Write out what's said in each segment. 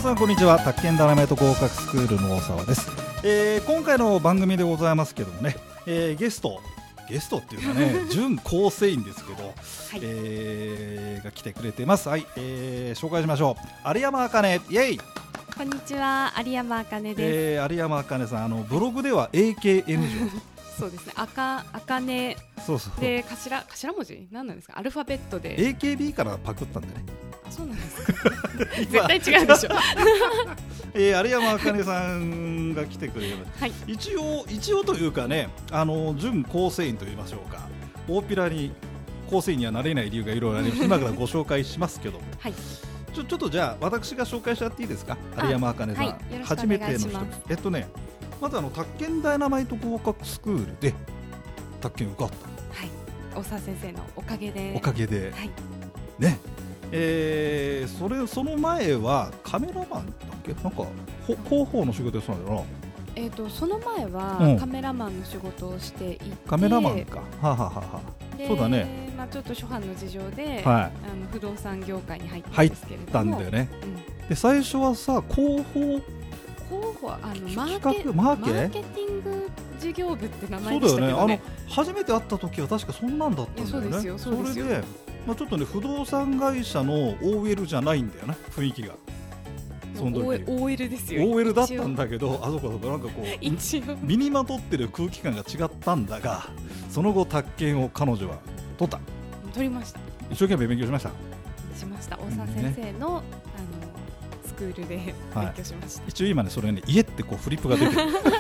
さんこんにちは。宅建ダイナマイト合格スクールの大沢です。今回の番組でございますけどもね、ゲストっていうかね準構成員ですけど、はいが来てくれてます。はい、紹介しましょう。有山あかね、イエイ。 こんにちは、有山あかねです。 有山あかねさん、ブログでは AKN 上そうですね、あかね。 そうそうで頭文字何なんですか？アルファベットで AKB からパクったんだね。 あ、そうなんですか絶対違うでしょ有山あかねさんが来てくれる、はい、一応というかね、準構成員といいましょうか、大っぴらに構成員にはなれない理由がいろいろあります。今からご紹介しますけど、はい、ちょっとじゃあ私が紹介しちゃっていいですか？有山あかねさん、はい、初めての人。まず宅建ダイナマイト合格スクールで宅建受かった。 はい、大沢先生のおかげで、はい、 ね。その前はカメラマンだっけ？なんか広報の仕事やってたんだよな。その前はカメラマンの仕事をしていて、 カメラマンか。そうだね。 ちょっと諸般の事情で、 はい、 不動産業界に入ったんですけれども、 入ったんだよね。で最初はさ、広報マーケティング事業部って名前でしたけどね。 そうだよね。初めて会った時は確かそんなんだったんだよね。それで、ちょっとね、不動産会社の OL じゃないんだよね、雰囲気が。 その時 OL ですよ。 OL だったんだけど、あそこなんかこう身にまとってる空気感が違ったんだが、その後宅建を彼女は取りました。一生懸命勉強しました。 大沢先生の、スクールで勉強しました。 一応今ね、それね、家ってこうフリップが出てる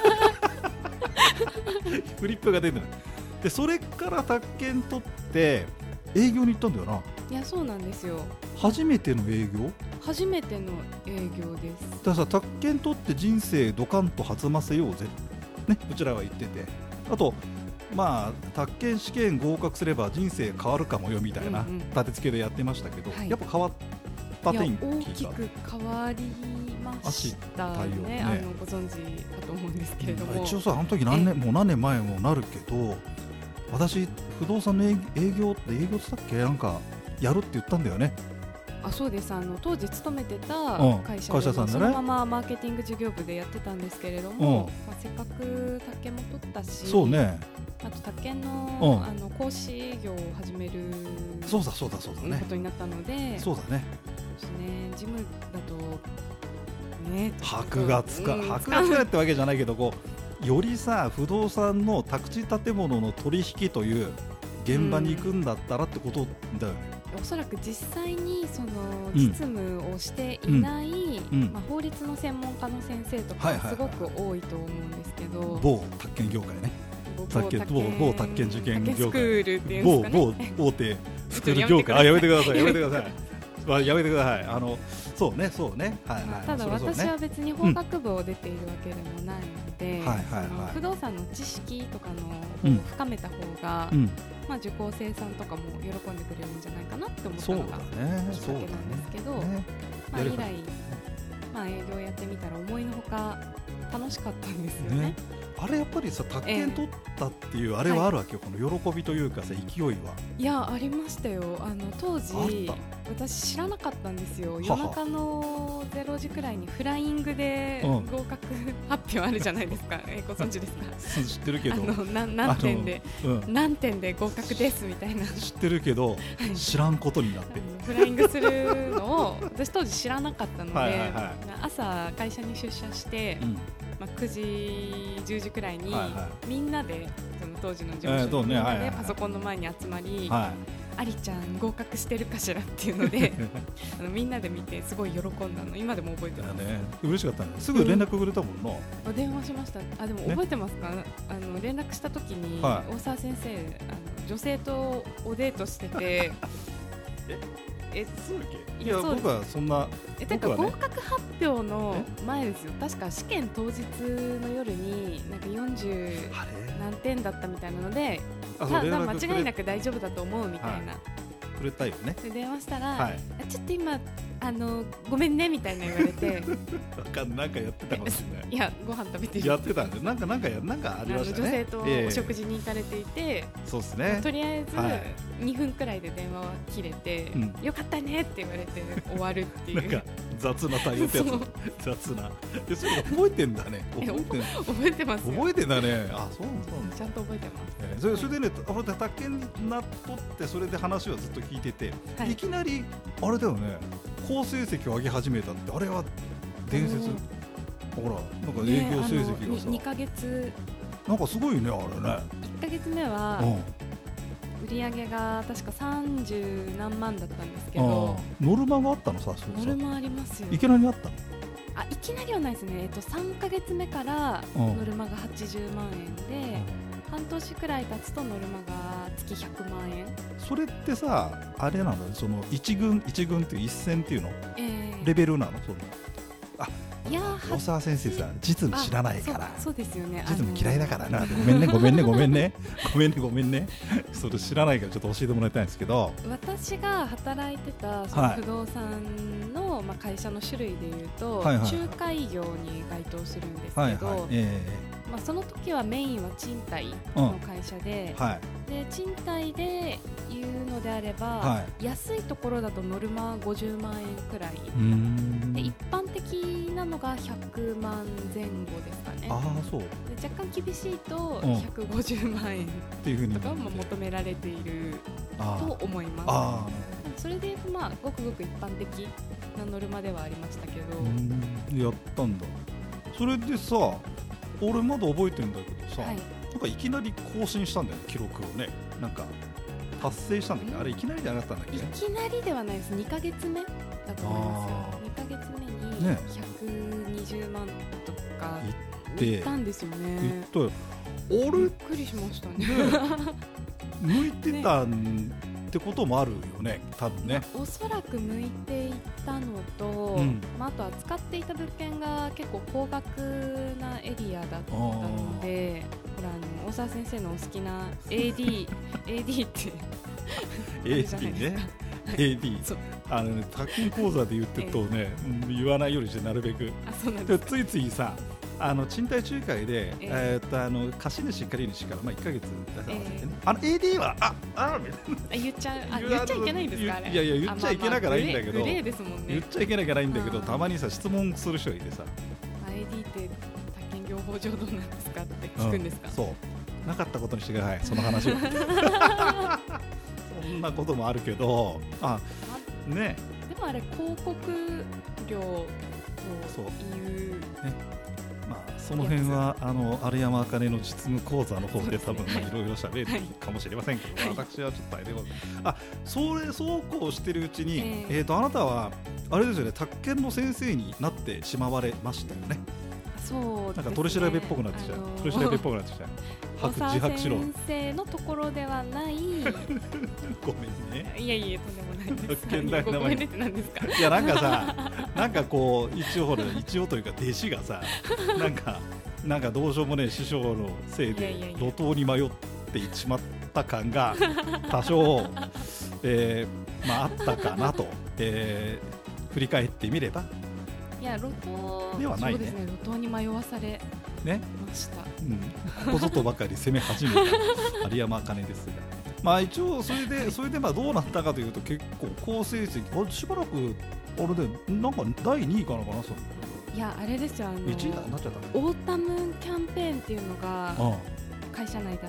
フリップが出てる。でそれから宅建取って営業に行ったんだよな。 いや、そうなんですよ。 初めての営業です。 だからさ、宅建取って人生ドカンと弾ませようぜ、ね、うちらは言ってて、あと宅建試験合格すれば人生変わるかもよみたいな立て付けでやってましたけど、やっぱ変わった天気が大きく変わりましたね。ご存知かと思うんですけれども、 一応さ、あの時もう何年前もなるけど、私不動産の営業ってったっけ、なんかやるって言ったんだよね。 あ、そうです。当時勤めてた会社で、 さんでね、 そのままマーケティング事業部でやってたんですけれども、せっかく宅建も取ったし、 そうね、 あと宅建の、講師業を始めるそうだね、 ことになったので、 そうだね、 事務だとね、 箔がつかないってわけじゃないけど、よりさ、不動産の宅地建物の取引という現場に行くんだったらってことだよね。 おそらく実際にその実務をしていない、法律の専門家の先生とかすごく多いと思うんですけど、 某宅建業界ね、某宅建受験業界、 スクールっていうんですかね、 某大手スクール業界、やめてくださいやめてくださいそうね、 ただ私は別に法学部を出ているわけでもないので、不動産の知識とかのを深めた方が、受講生さんとかも喜んでくれるんじゃないかなって思ったのがきっかけなんですけど、以来、営業やってみたら思いのほか楽しかったんですよね。 あれやっぱりさ、宅建取ったっていうあれはあるわけよ、この喜びというかさ、勢いは。いや、ありましたよ。当時私知らなかったんですよ。夜中の0時くらいにフライングで合格発表あるじゃないですか。ご存知ですか？ 知ってるけど、 何点で合格ですみたいな。 知ってるけど知らんことになってフライングするのを私当時知らなかったので、朝会社に出社して、9時10時くらいにみんなでその当時の事務所でパソコンの前に集まり、ありちゃん合格してるかしらっていうのでみんなで見てすごい喜んだの今でも覚えてます。 嬉しかったね。すぐ連絡くれたもんな。 電話しました。でも覚えてますか？連絡した時に大沢先生女性とおデートしててそうだっけ？いや、僕はそんな。 合格発表の前ですよ。確か試験当日の夜になんか40何点だったみたいなので、間違いなく大丈夫だと思うみたいな。 くれたよね。 で電話したら、ちょっと今ごめんねみたいな言われてなんかやってたかもしれない。 いやご飯食べてるやってたんでなんかありましたね。 女性とお食事に行かれていて、 そうですね。 とりあえず2分くらいで電話は切れて、よかったねって言われて終わるっていう。 なんか雑な対応ってやつ。雑な。それ覚えてんだね。 覚えてますよ。 覚えてんだね。あ、そうちゃんと覚えてます。 それでね、宅建になっとってそれで話はずっと聞いてて、いきなりあれだよね。好成績を上げ始めたってあれは伝説。ほらなんか営業成績がさ、 2ヶ月なんかすごいねあれね。 1ヶ月目は売り上げが確か30何万だったんですけど、 ノルマがあったのさ。 ノルマありますよ。 いきなりあったの？ いきなりはないですね。3ヶ月目からノルマが80万円で、半年くらい経つとノルマが月100万円。 それってさあれなの、その一軍っていう一線っていうの、レベルなの？そのいや大沢先生さん実務知らないから。 そうですよね。 実務嫌いだからな。ごめんねそれ知らないからちょっと教えてもらいたいんですけど、 私が働いてたその不動産の会社の種類でいうと仲介業に該当するんですけど、その時はメインは賃貸の会社で、で賃貸で言うのであれば、安いところだとノルマ50万円くらいで、一般的なのが100万前後ですかね。 そうで若干厳しいと150万円とかも求められていると思います。それでごくごく一般的なノルマではありましたけど。 やったんだ。それでさ、俺まだ覚えてるんだけどさ、なんかいきなり更新したんだよね、記録をね。なんか達成したんだけど、あれいきなりじゃなかったんだっけ？ いきなりではないです。2ヶ月目だと思いますよ。2ヶ月目に120万とかいったんですよね。 俺びっくりしましたね。 向いてたってこともあるよね、多分ね。 おそらく向いていたのと、あとは使っていた物件が結構高額なエリアだったので、ほら大沢先生のお好きな AD って AD ね。AD 宅建講座で言ってるとね、言わないようにしてなるべく。ついついさ、賃貸仲介で、貸主借り主から1ヶ月出さなきゃいけない。AD はみたいな言っちゃいけないんですか？あれ。 いや言っちゃいけなきゃないんだけど、 グレーですもんね。 言っちゃいけなきゃないんだけど、たまにさ質問する人がいてさ、 AD って宅建業法上どうなんですかって聞くんですか？ そうなかったことにしてください、その話は。そんなこともあるけど、ね。 でもあれ広告料というね。 その辺は有山あかねの実務講座の方で多分いろいろ喋るかもしれませんけど、私はちょっとあれでそうこうしてるうちに、あなたはあれですよね、宅建の先生になってしまわれましたよね。 そうですね。 なんか取り調べっぽくなってきた。取り調べっぽくなってきた。自白しろ。 先生のところではない。 ごめんね。 いやとんでもないです。 宅建大ごめんねって何ですか？ いやなんかさ、なんかこう一応というか弟子がさ、なんかどうしようもねえ師匠のせいで路頭に迷ってしまった感が多少あったかなと、振り返ってみれば。 いや路頭ではないね。 そうですね、路頭に迷わされました。 ここぞとばかり攻め始めた有山あかねですが、一応それでどうなったかというと、結構好成績、しばらくあれでなんか第2位かなそれ。 いやあれですよ、 1位になっちゃった。 オータムキャンペーンっていうのが会社内であって、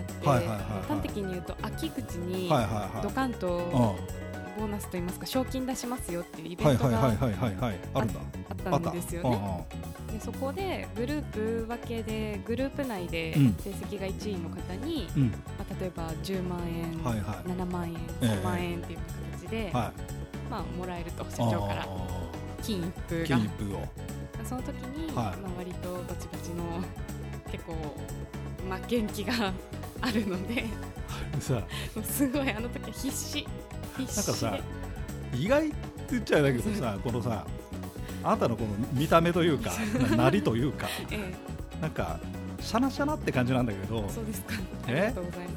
端的に言うと秋口にドカンとボーナスといいますか賞金出しますよっていうイベントがあったんですよね。でそこでグループ分けでグループ内で成績が1位の方に、例えば10万円、7万円、3万円っていう形で、もらえると社長から金一封が。その時に、割とバチバチの結構、元気があるのですごいあの時は必死なんかさ、意外って言っちゃうんだけどさ、このさ、あなたのこの見た目というかなりというか、なんかシャナシャナって感じなんだけど、 そうですか、ありがとうございます。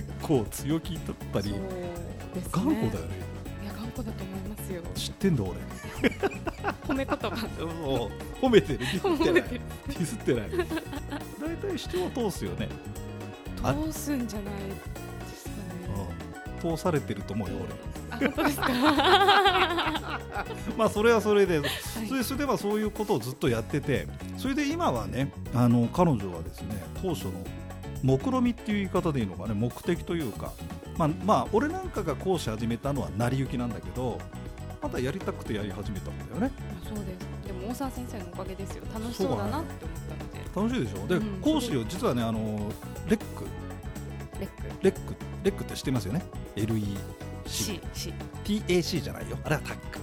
実はさ結構強気だったり、頑固だよね。 いや頑子だと思いますよ。 知ってんだ俺。 褒め言葉。 褒めてる、ディスってない。大体人は通すよね。 通すんじゃないですかね。 通されてると思うよ俺。本当ですか。 まあそれはそれで、それではそういうことをずっとやってて、それで今はね、彼女はですね、当初の目論みっていう言い方でいいのかね、目的というか、まあ俺なんかが講師始めたのは成り行きなんだけど、またやりたくてやり始めたんだよね。 そうです。でも大沢先生のおかげですよ。楽しそうだなって思ったので。 楽しいでしょ。で、講師を実はね、レックって知ってますよね。LEC。TAC じゃないよ。あれはタック。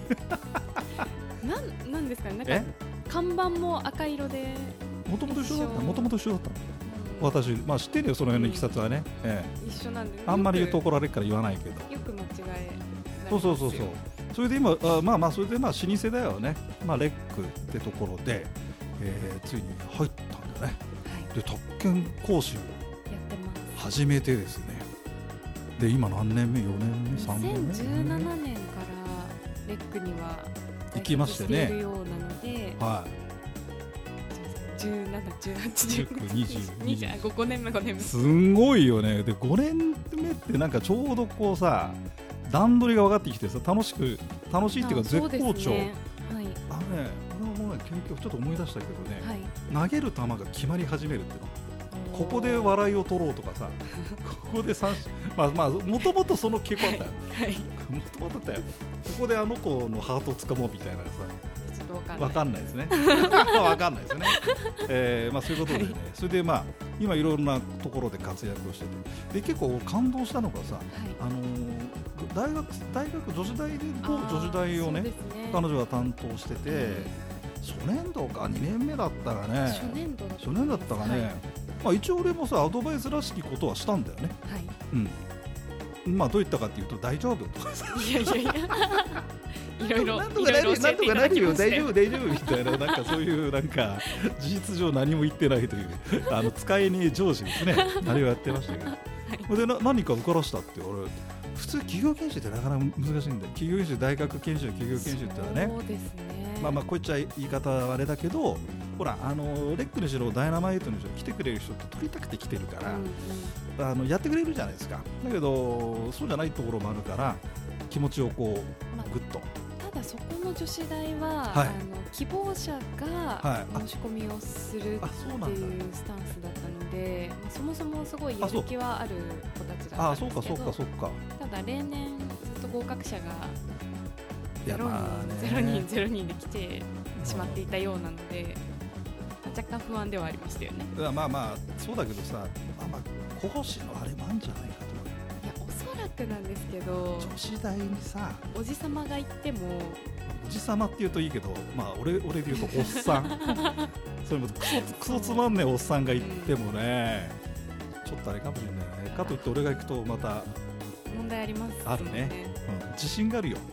なんですかね。なんか看板も赤色で。 もともと一緒だった。私、まあ知ってるよ、その辺のいきさつはね。 一緒なんで。 あんまり言うと怒られるから言わないけど。 よく間違え。 そう。それで今、まあそれでまあ老舗だよね。まあレックってところで、ついに入ったんだね。で、宅建講師を始めてですね。で、今何年目？4年目？3年目 ？2017年からレックには行きましてね。 いるようなので、 はい。 17、18、19、20、5年目。 すんごいよね。で、5年目ってなんかちょうどこうさ、段取りが分かってきてさ、楽しいっていうか絶好調。はい。俺もね、結局ちょっと思い出したけどね、投げる球が決まり始めるっていうの。ここで笑いを取ろうとかさ、ここでまあもともとその傾向あったよ。もともとだったよ。ここであの子のハートをつかもうみたいなさ。わかんないですね。わかんないですね。まあそういうことでね。それでまあ今いろんなところで活躍をしてて、で結構感動したのがさ、大学女子大で某女子大をね、彼女が担当してて、初年度か2年目だったかね。初年だったかね。まあ一応俺もさアドバイスらしきことはしたんだよね。まあどういったかっていうと大丈夫とかさ。 いろいろなんとかなるよ大丈夫みたいな、なんかそういうなんか事実上何も言ってないという使えねえ上司ですね。あれをやってましたけど。で何か受からしたって俺普通企業研修ってなかなか難しいんだよ。企業研修、大学研修、企業研修ってのはね。 そうですね。 まあこういっちゃ言い方はあれだけど、ほらレックにしろダイナマイトにしろ来てくれる人って取りたくて来てるから、やってくれるじゃないですか。だけどそうじゃないところもあるから気持ちをこうグッと。 ただそこの女子大は、希望者が申し込みをするっていうスタンスだったので、そもそもすごいやる気はある子たちだったんですけど、 そうか。 ただ例年ずっと合格者が0人で来てしまっていたようなので、若干不安ではありましたよね。 まあそうだけどさ、講師のあれもあるんじゃないかと。 おそらくなんですけど、 女子大にさおじさまが行っても、 おじさまって言うといいけど、まあ俺で言うとおっさんそれもクソつまんねえおっさんが行ってもね、ちょっとあれかもしれないね。かといって俺が行くとまた問題ありますね。 あるね。自信があるよ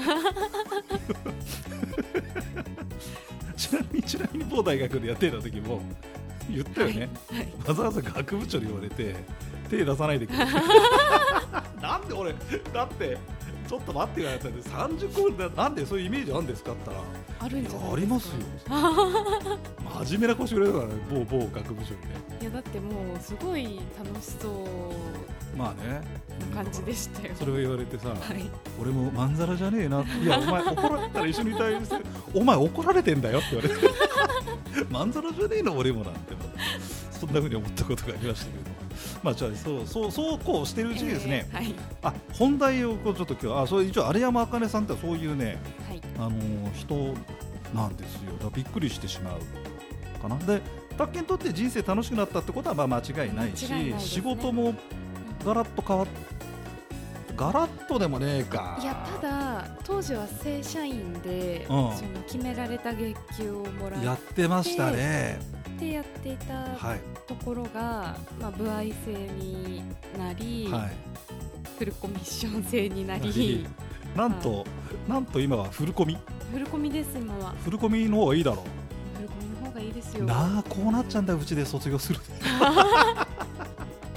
ちなみに某大学でやってた時も言ったよね、わざわざ学部長に言われて手出さないでくれなんで俺だってちょっと待ってくださいって30個なんでそういうイメージあるんですかって言ったら、 あるんじゃないですか。 ありますよ真面目な腰ぐらいだからね、某学部長にね。 いやだってもうすごい楽しそうまあねな感じでしたよ。 それを言われてさ、俺もまんざらじゃねえな、いやお前怒られたら一緒にいたいお前怒られてんだよって言われてまんざらじゃねえの俺もなんてそんな風に思ったことがありましたけど、まあじゃあそうこうしてるうちにですね、本題をこうちょっと今日それ一応有山茜さんってそういうね、人なんですよ。だびっくりしてしまうかな。で宅建にとって人生楽しくなったってことはまあ間違いないし、仕事もガラッと変わってガラッとでもねえか。 いやただ当時は正社員で、その決められた月給をもらってやってましたね。 でやっていたところが、歩合制になり、フルコミッション制になり、 なんと今はフルコミです。今はフルコミの方がいいだろう。 フルコミの方がいいですよ。 こうなっちゃうんだうちで卒業する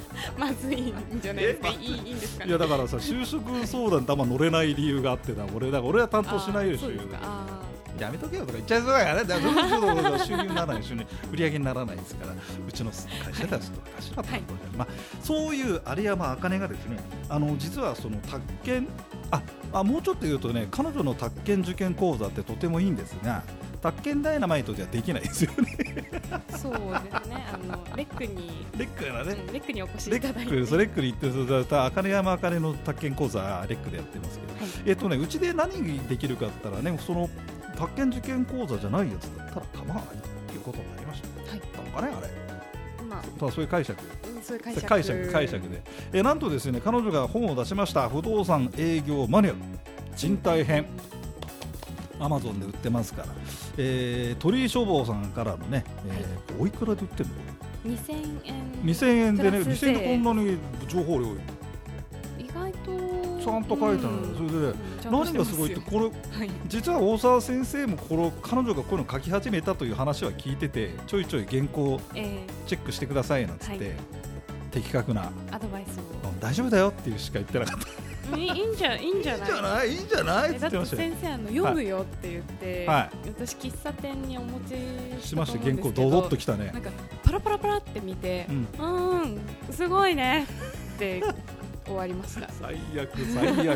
まずいんじゃないですか。いいんですかね。 いやだからさ、就職相談ってあんま乗れない理由があってな、俺は担当しないでしょ。やめとけよとか言っちゃいそうだからね。だから収入にならない、売り上げにならないですから、うちの会社ではちょっとおかしな担当じゃない。まあそういう有山茜がですね、実はその宅建、もうちょっと言うとね、彼女の宅建受験講座ってとてもいいんですが、宅建ダイナマイトではできないですよね。 そうですね。レックにお越しいただいて、 レックに行って茜山茜の宅建講座レックでやってますけど、うちで何できるかって言ったらね、その宅建受験講座じゃないやつだったら構わないということになりました。はい。なんかねあれ。そういう解釈。解釈で、なんとですね、彼女が本を出しました。不動産営業マニュアル賃貸編。Amazon で売ってますから、鳥居書房さんからのね、おいくらで売ってるの？2000円でね、2000円でこんなに情報量意外とちゃんと書いてある。それで何がすごいって、これ実は大沢先生も彼女がこういうの書き始めたという話は聞いてて、ちょいちょい原稿チェックしてくださいなんつって的確なアドバイスを大丈夫だよっていうしか言ってなかった。 いいんじゃないって言ってましたよ。 だって先生読むよって言って、私喫茶店にお持ちしました。 原稿ドドッときたね。 なんかパラパラパラって見て、すごいねって終わりました。 最悪です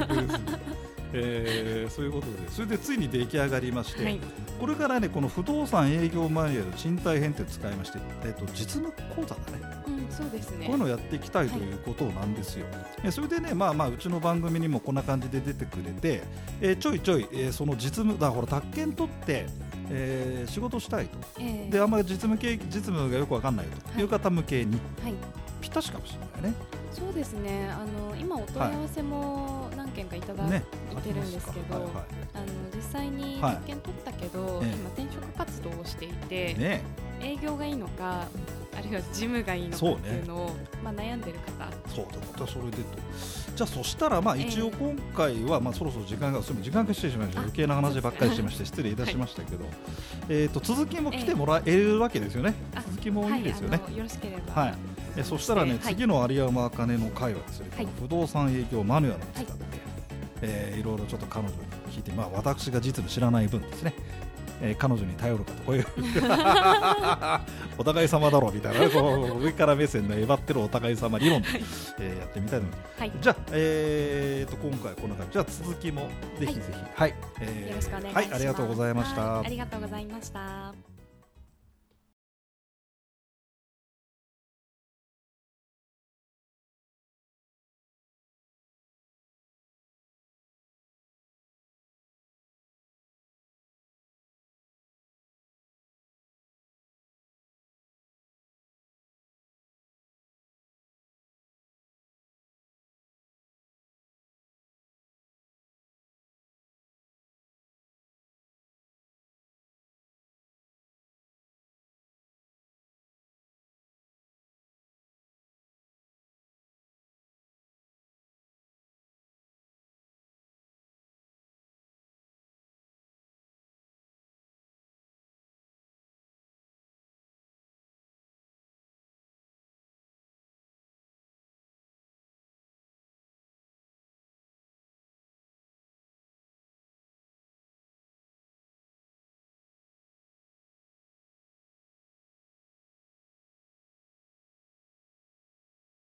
ね。そういうことで、それでついに出来上がりまして、これからね、この不動産営業マニュアル賃貸編って使いまして、実務講座だね。 そうですね。 こういうのをやっていきたいということなんですよ。それでね、うちの番組にもこんな感じで出てくれて、ちょいちょい、その実務だから宅建取って、仕事したいと、であんまり実務がよくわかんないという方向けに、ぴったしかもしれないね。 そうですね。今お問い合わせも何件かいただいてるんですけど、実際に宅建取ったけど、今転職活動をしていて、営業がいいのか、あるいは事務がいいのかっていうのを悩んでる方。そうだ、またそれでと。 じゃあそしたら一応今回はそろそろ時間がしてしまいました。余計な話ばっかりしてまして失礼いたしましたけど、続きも来てもらえるわけですよね。続きもいいですよね。 よろしければ。 そしたらね、次の有山茜の会はですね、不動産営業マニュアルを使って、いろいろちょっと彼女に聞いて、私が実務知らない分ですね、彼女に頼るかと、こういうお互い様だろうみたいな、上から目線のえばってるお互い様理論で、やってみたいので、じゃあ、今回こんな感じ。じゃあ続きもぜひぜひ、よろしくお願いします。 ありがとうございました。 ありがとうございました。